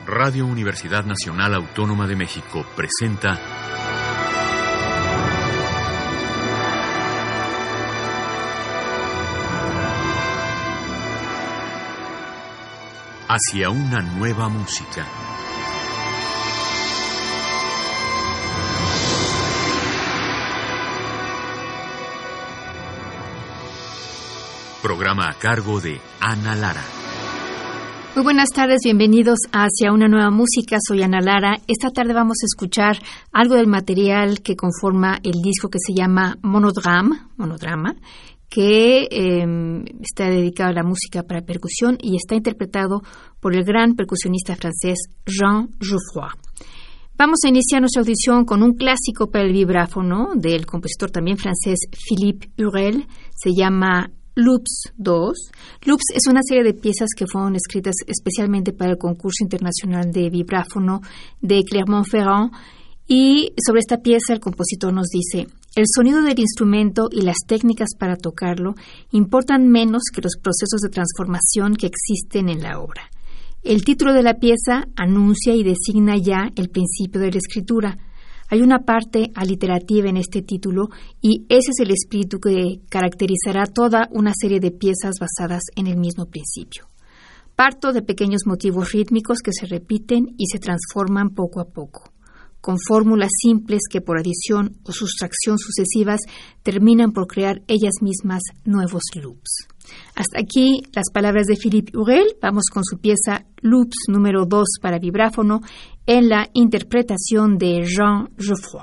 Radio Universidad Nacional Autónoma de México presenta Hacia una nueva música. Programa a cargo de Ana Lara. Muy buenas tardes, bienvenidos a Hacia una nueva música. Soy Ana Lara. Esta tarde vamos a escuchar algo del material que conforma el disco que se llama Monodrama, que está dedicado a la música para percusión y está interpretado por el gran percusionista francés Jean Geoffroy. Vamos a iniciar nuestra audición con un clásico para el vibráfono del compositor también francés Philippe Hurel. Se llama Loops 2. Loops es una serie de piezas que fueron escritas especialmente para el concurso internacional de vibráfono de Clermont-Ferrand, y sobre esta pieza el compositor nos dice: el sonido del instrumento y las técnicas para tocarlo importan menos que los procesos de transformación que existen en la obra. El título de la pieza anuncia y designa ya el principio de la escritura. Hay una parte aliterativa en este título y ese es el espíritu que caracterizará toda una serie de piezas basadas en el mismo principio. Parto de pequeños motivos rítmicos que se repiten y se transforman poco a poco, con fórmulas simples que por adición o sustracción sucesivas terminan por crear ellas mismas nuevos loops. Hasta aquí las palabras de Philippe Hurel. Vamos con su pieza Loops número 2 para vibráfono en la interpretación de Jean Geoffroy.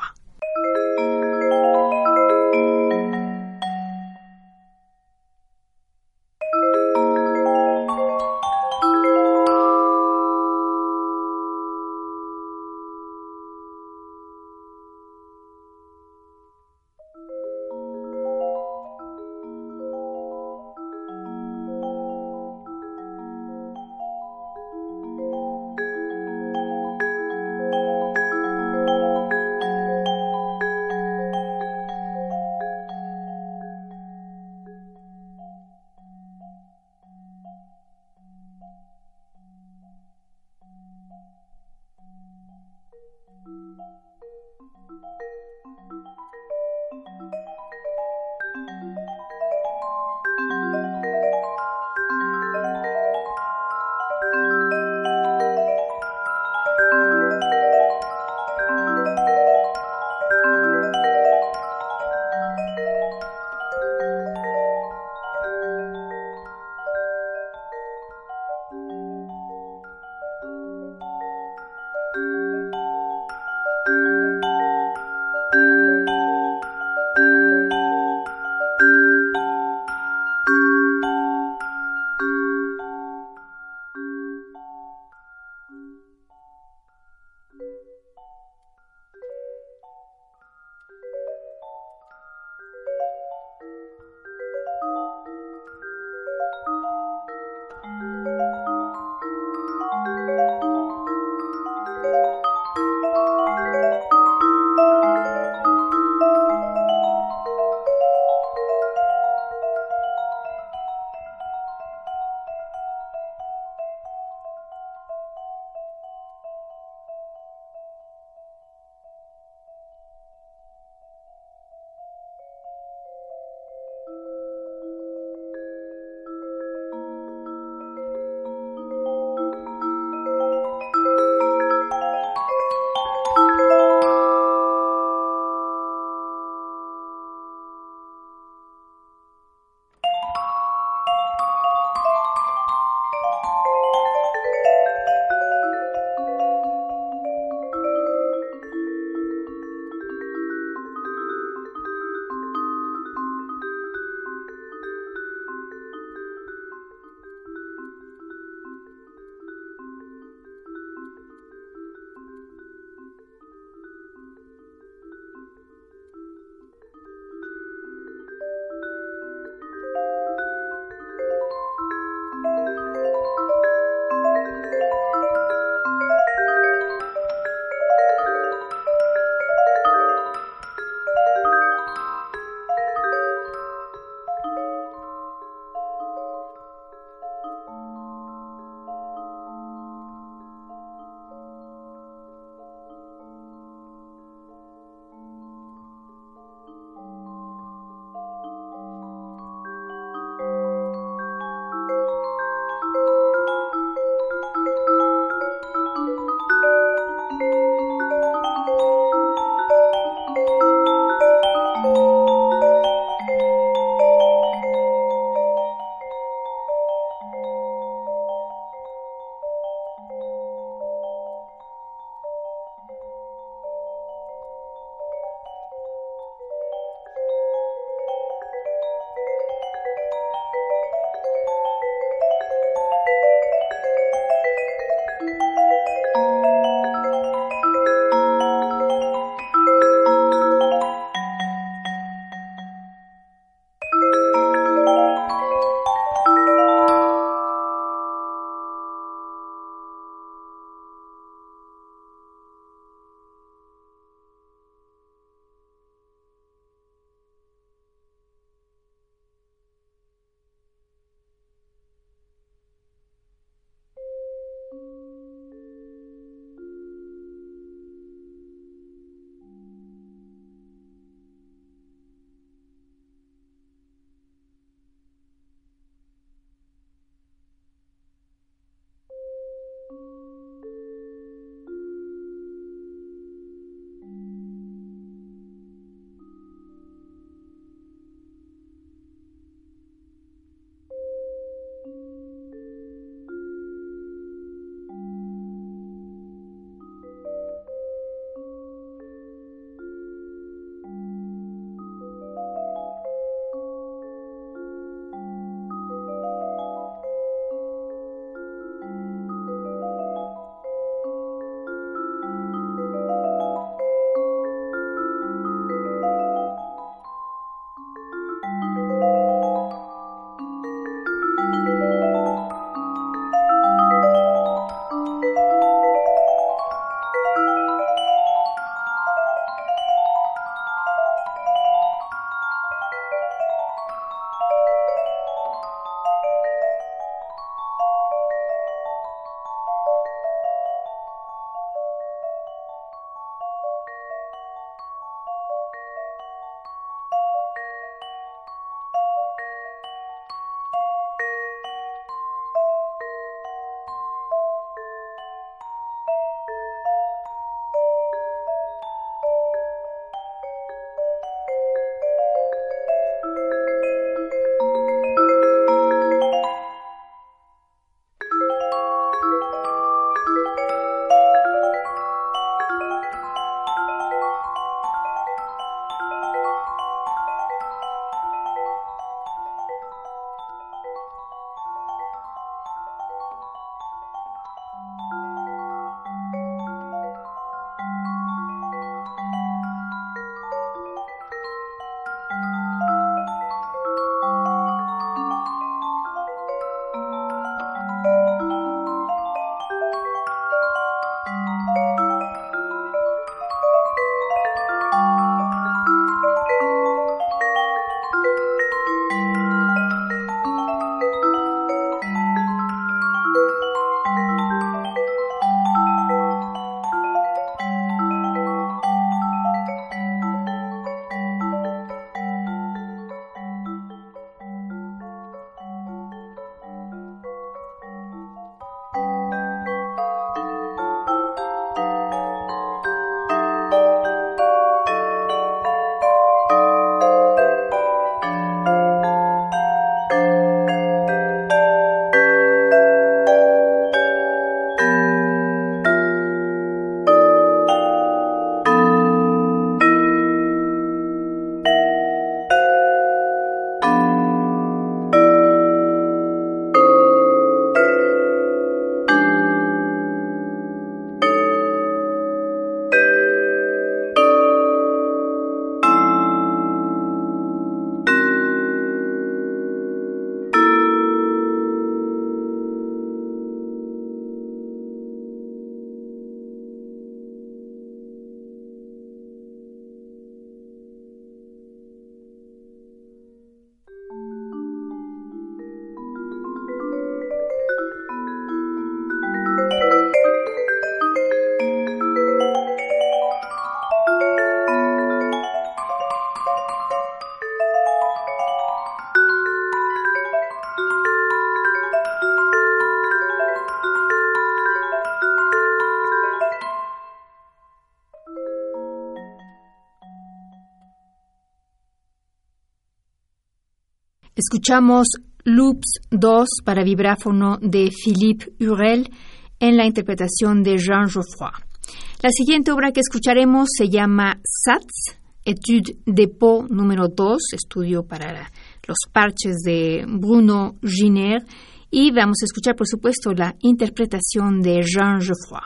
Escuchamos Loops 2 para vibráfono de Philippe Hurel en la interpretación de Jean Geoffroy. La siguiente obra que escucharemos se llama Satz, Étude de Pau número 2, estudio para los parches de Bruno Giner, y vamos a escuchar, por supuesto, la interpretación de Jean Geoffroy.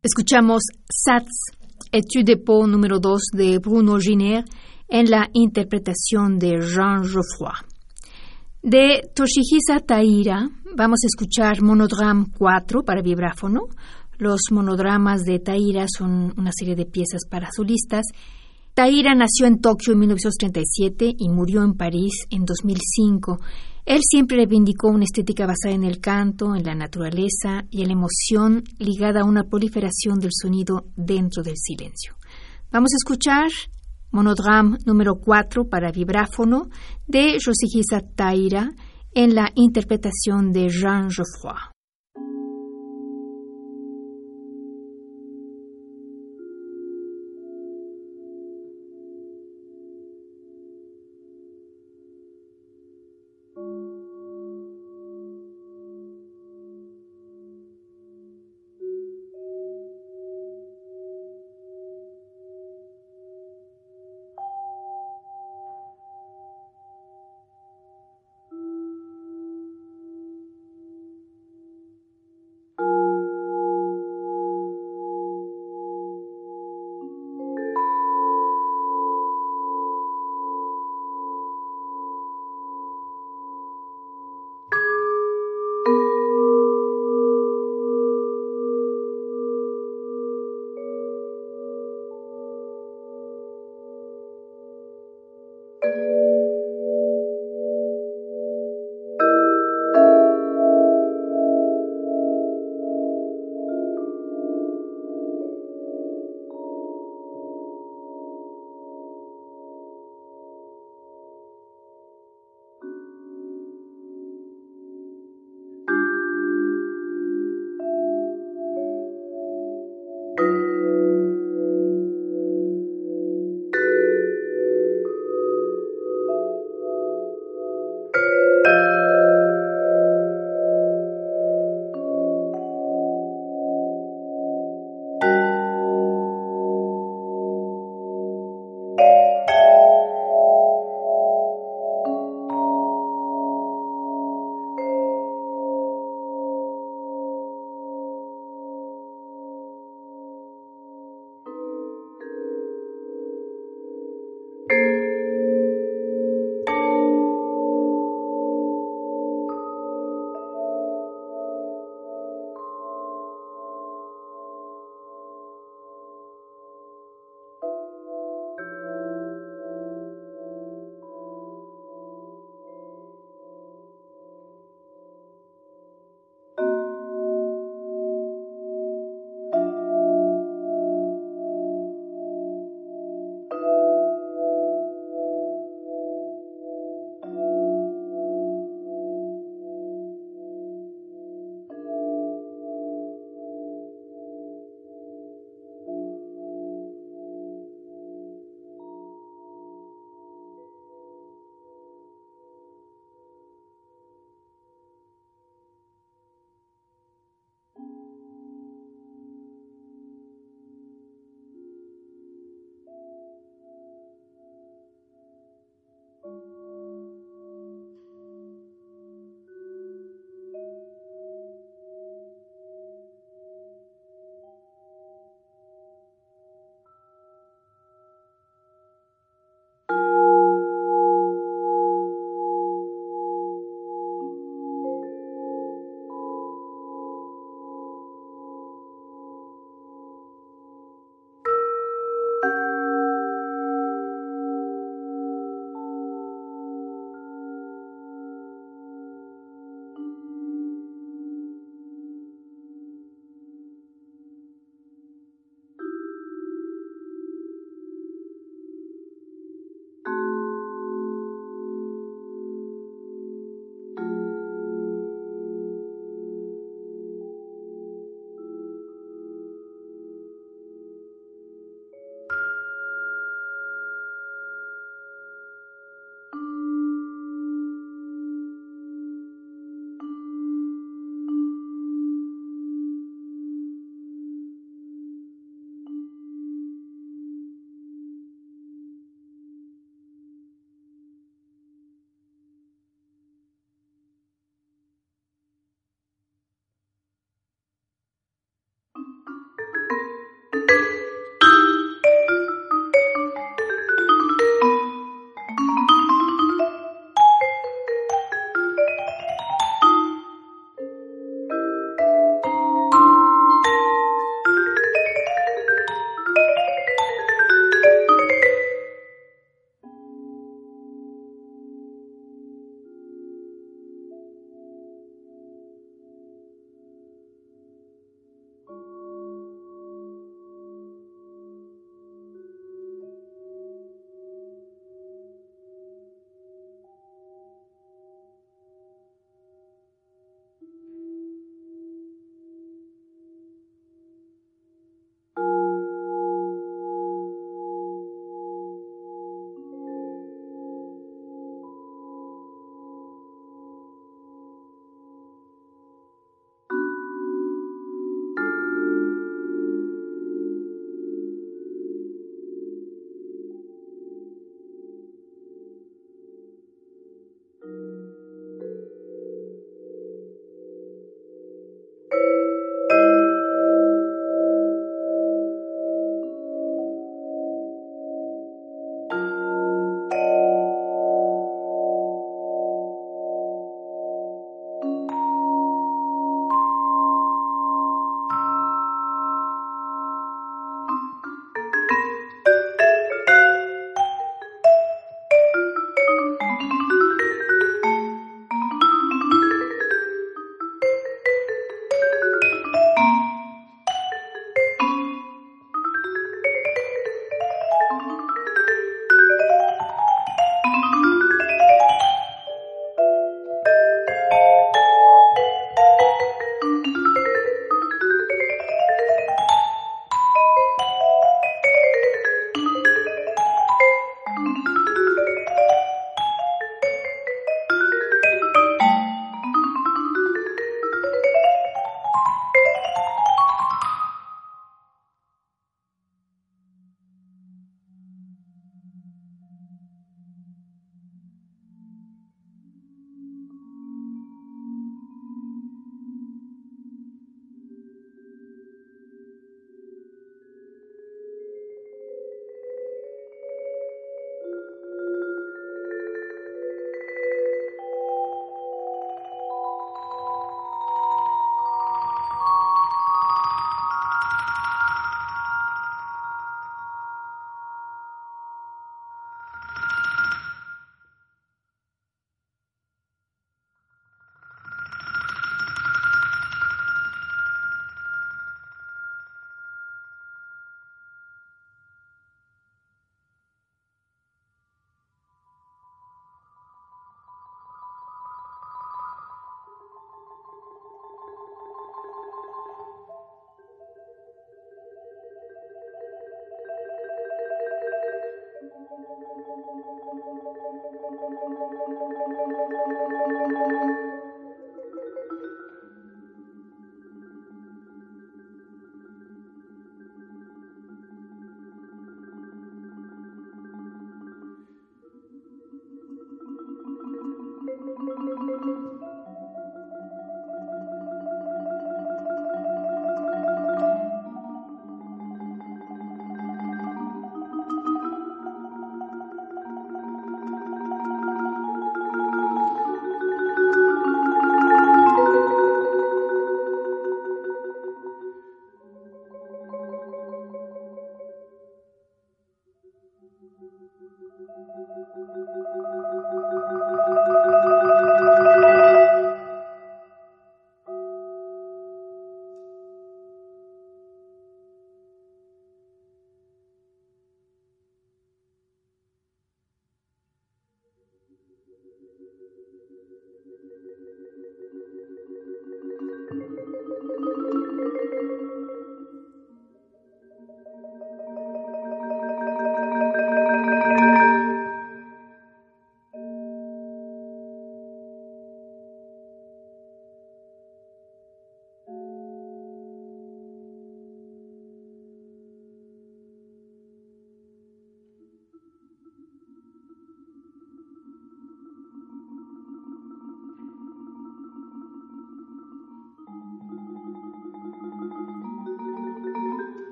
Escuchamos Satz, Étude de Pau número 2 de Bruno Giner en la interpretación de Jean Geoffroy. De Toshihisa Taira vamos a escuchar Monodrama 4 para vibráfono. Los monodramas de Taira son una serie de piezas para solistas. Taira nació en Tokio en 1937 y murió en París en 2005. Él siempre reivindicó una estética basada en el canto, en la naturaleza y en la emoción ligada a una proliferación del sonido dentro del silencio. Vamos a escuchar Monodrama número 4 para vibráfono de Yoshihisa Taira en la interpretación de Jean Geoffroy.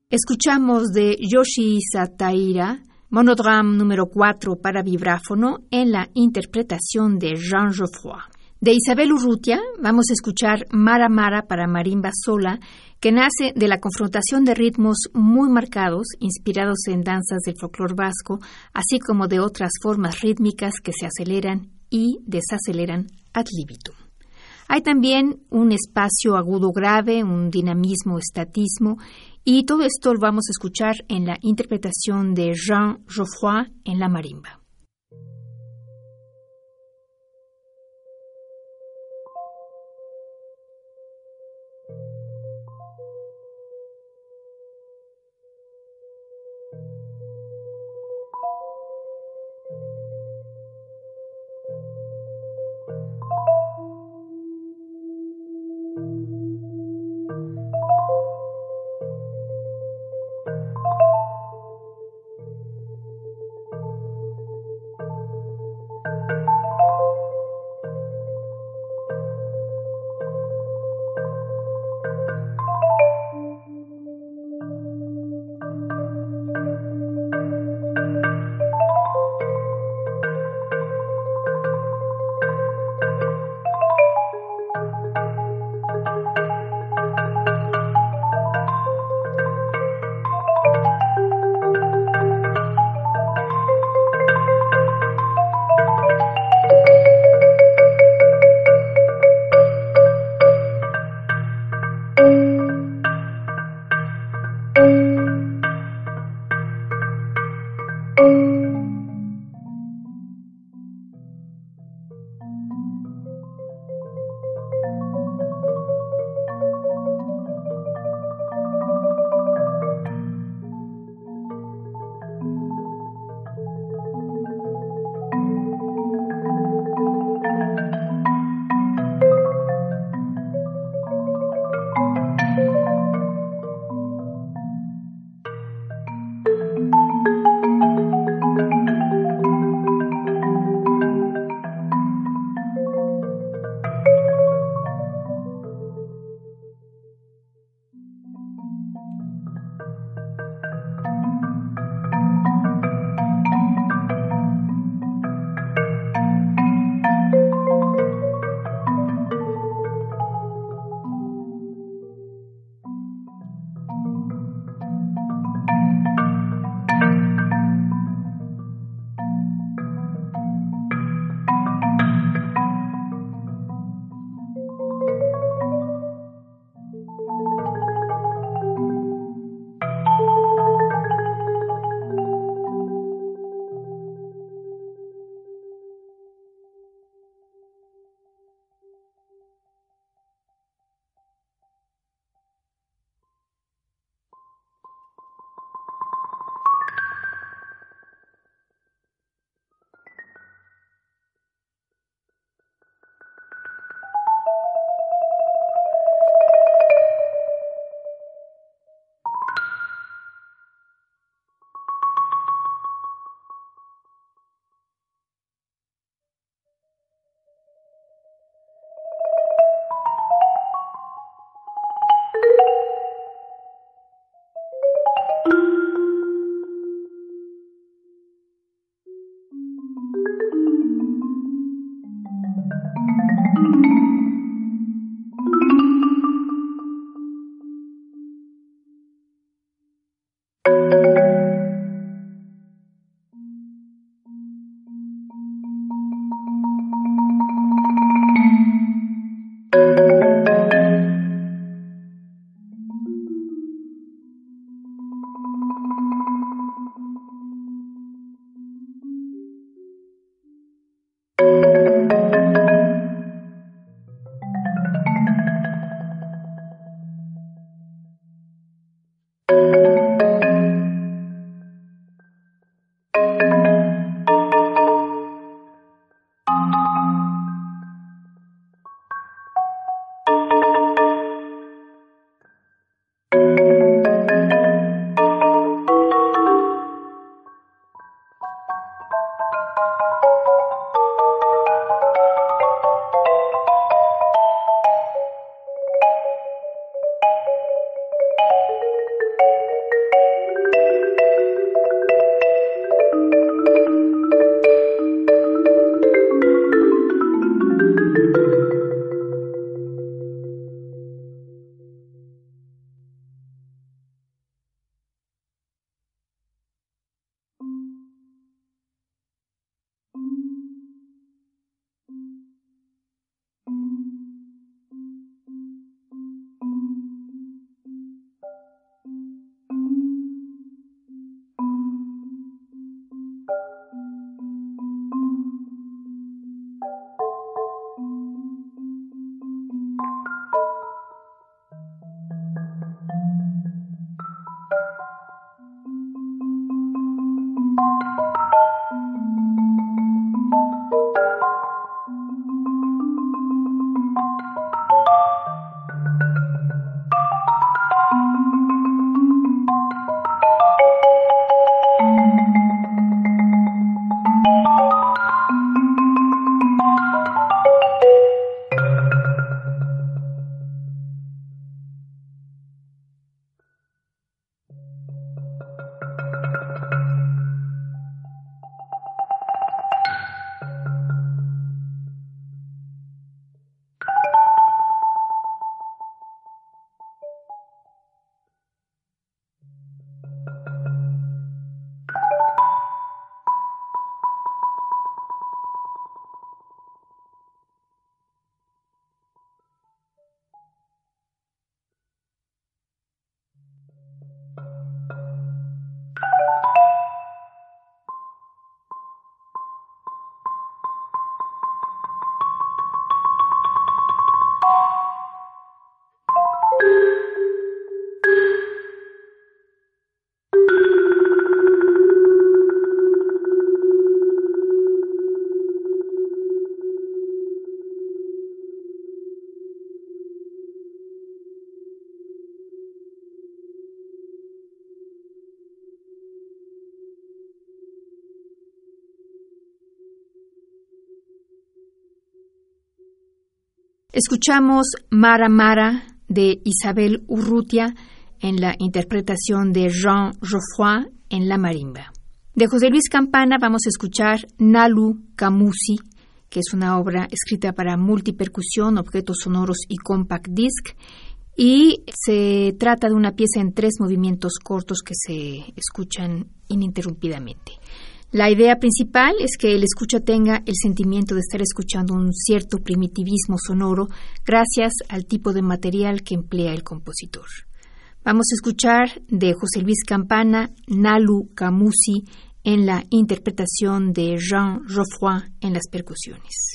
Escuchamos de Yoshihisa Taira, Monodrame número 4 para vibráfono en la interpretación de Jean Geoffroy. De Isabel Urrutia vamos a escuchar Mara Mara para marimba sola, que nace de la confrontación de ritmos muy marcados, inspirados en danzas del folclore vasco, así como de otras formas rítmicas que se aceleran y desaceleran ad libitum. Hay también un espacio agudo grave, un dinamismo, estatismo, y todo esto lo vamos a escuchar en la interpretación de Jean Geoffroy en la marimba. Escuchamos Mara Mara de Isabel Urrutia en la interpretación de Jean Geoffroy en la marimba. De José Luis Campana vamos a escuchar Nalu Camusi, que es una obra escrita para multipercusión, objetos sonoros y compact disc, y se trata de una pieza en 3 movimientos cortos que se escuchan ininterrumpidamente. La idea principal es que el escucha tenga el sentimiento de estar escuchando un cierto primitivismo sonoro gracias al tipo de material que emplea el compositor. Vamos a escuchar de José Luis Campana, Nalu Camusi, en la interpretación de Jean Geoffroy en las percusiones.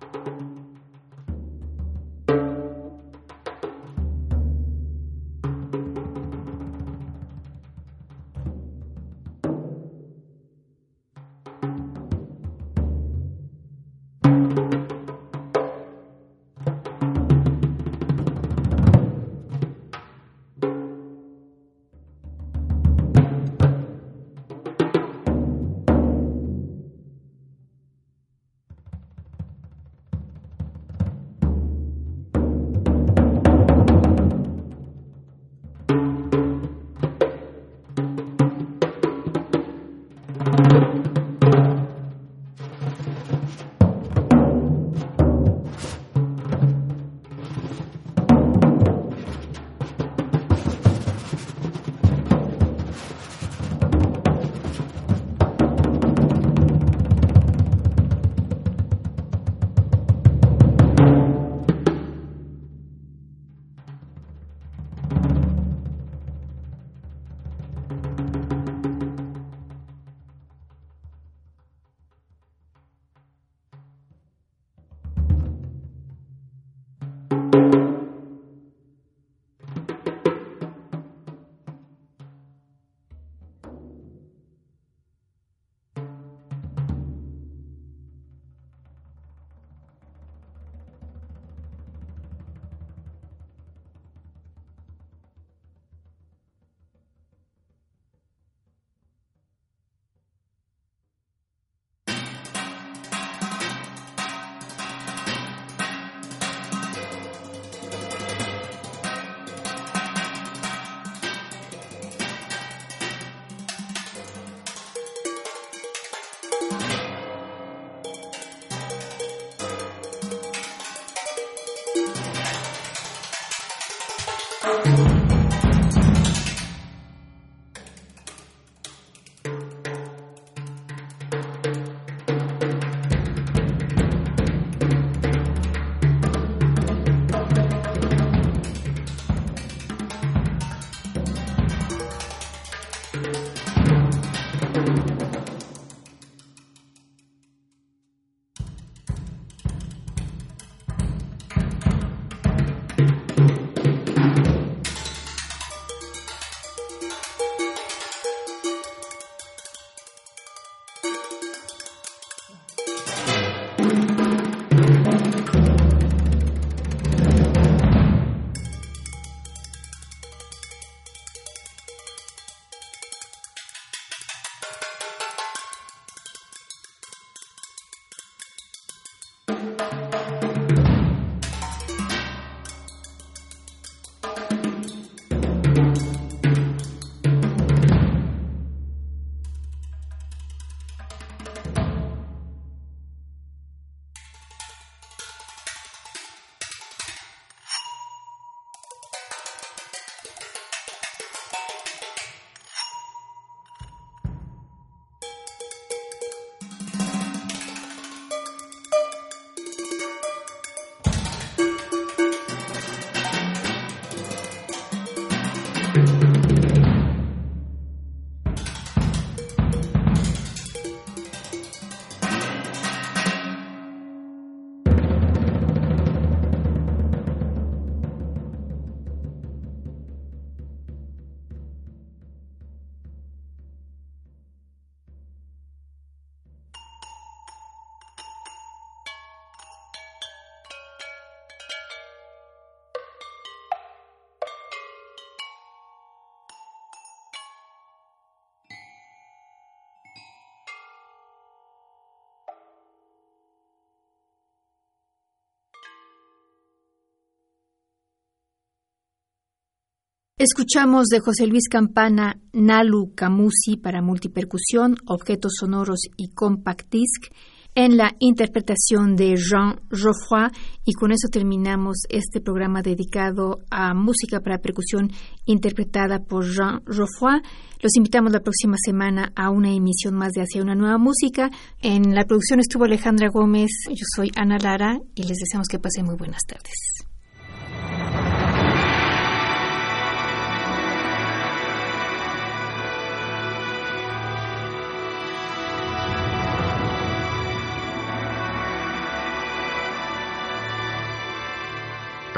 Escuchamos de José Luis Campana Nalu Camusi para multipercusión, objetos sonoros y compact disc en la interpretación de Jean Geoffroy, y con eso terminamos este programa dedicado a música para percusión interpretada por Jean Geoffroy. Los invitamos la próxima semana a una emisión más de Hacia una nueva música. En la producción estuvo Alejandra Gómez, yo soy Ana Lara y les deseamos que pasen muy buenas tardes.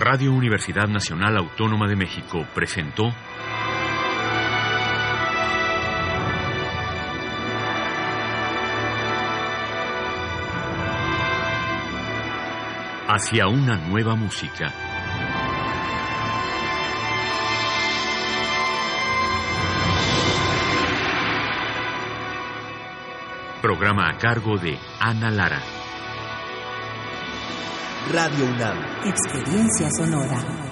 Radio Universidad Nacional Autónoma de México presentó Hacia una nueva música. Programa a cargo de Ana Lara. Radio UNAM. Experiencia sonora.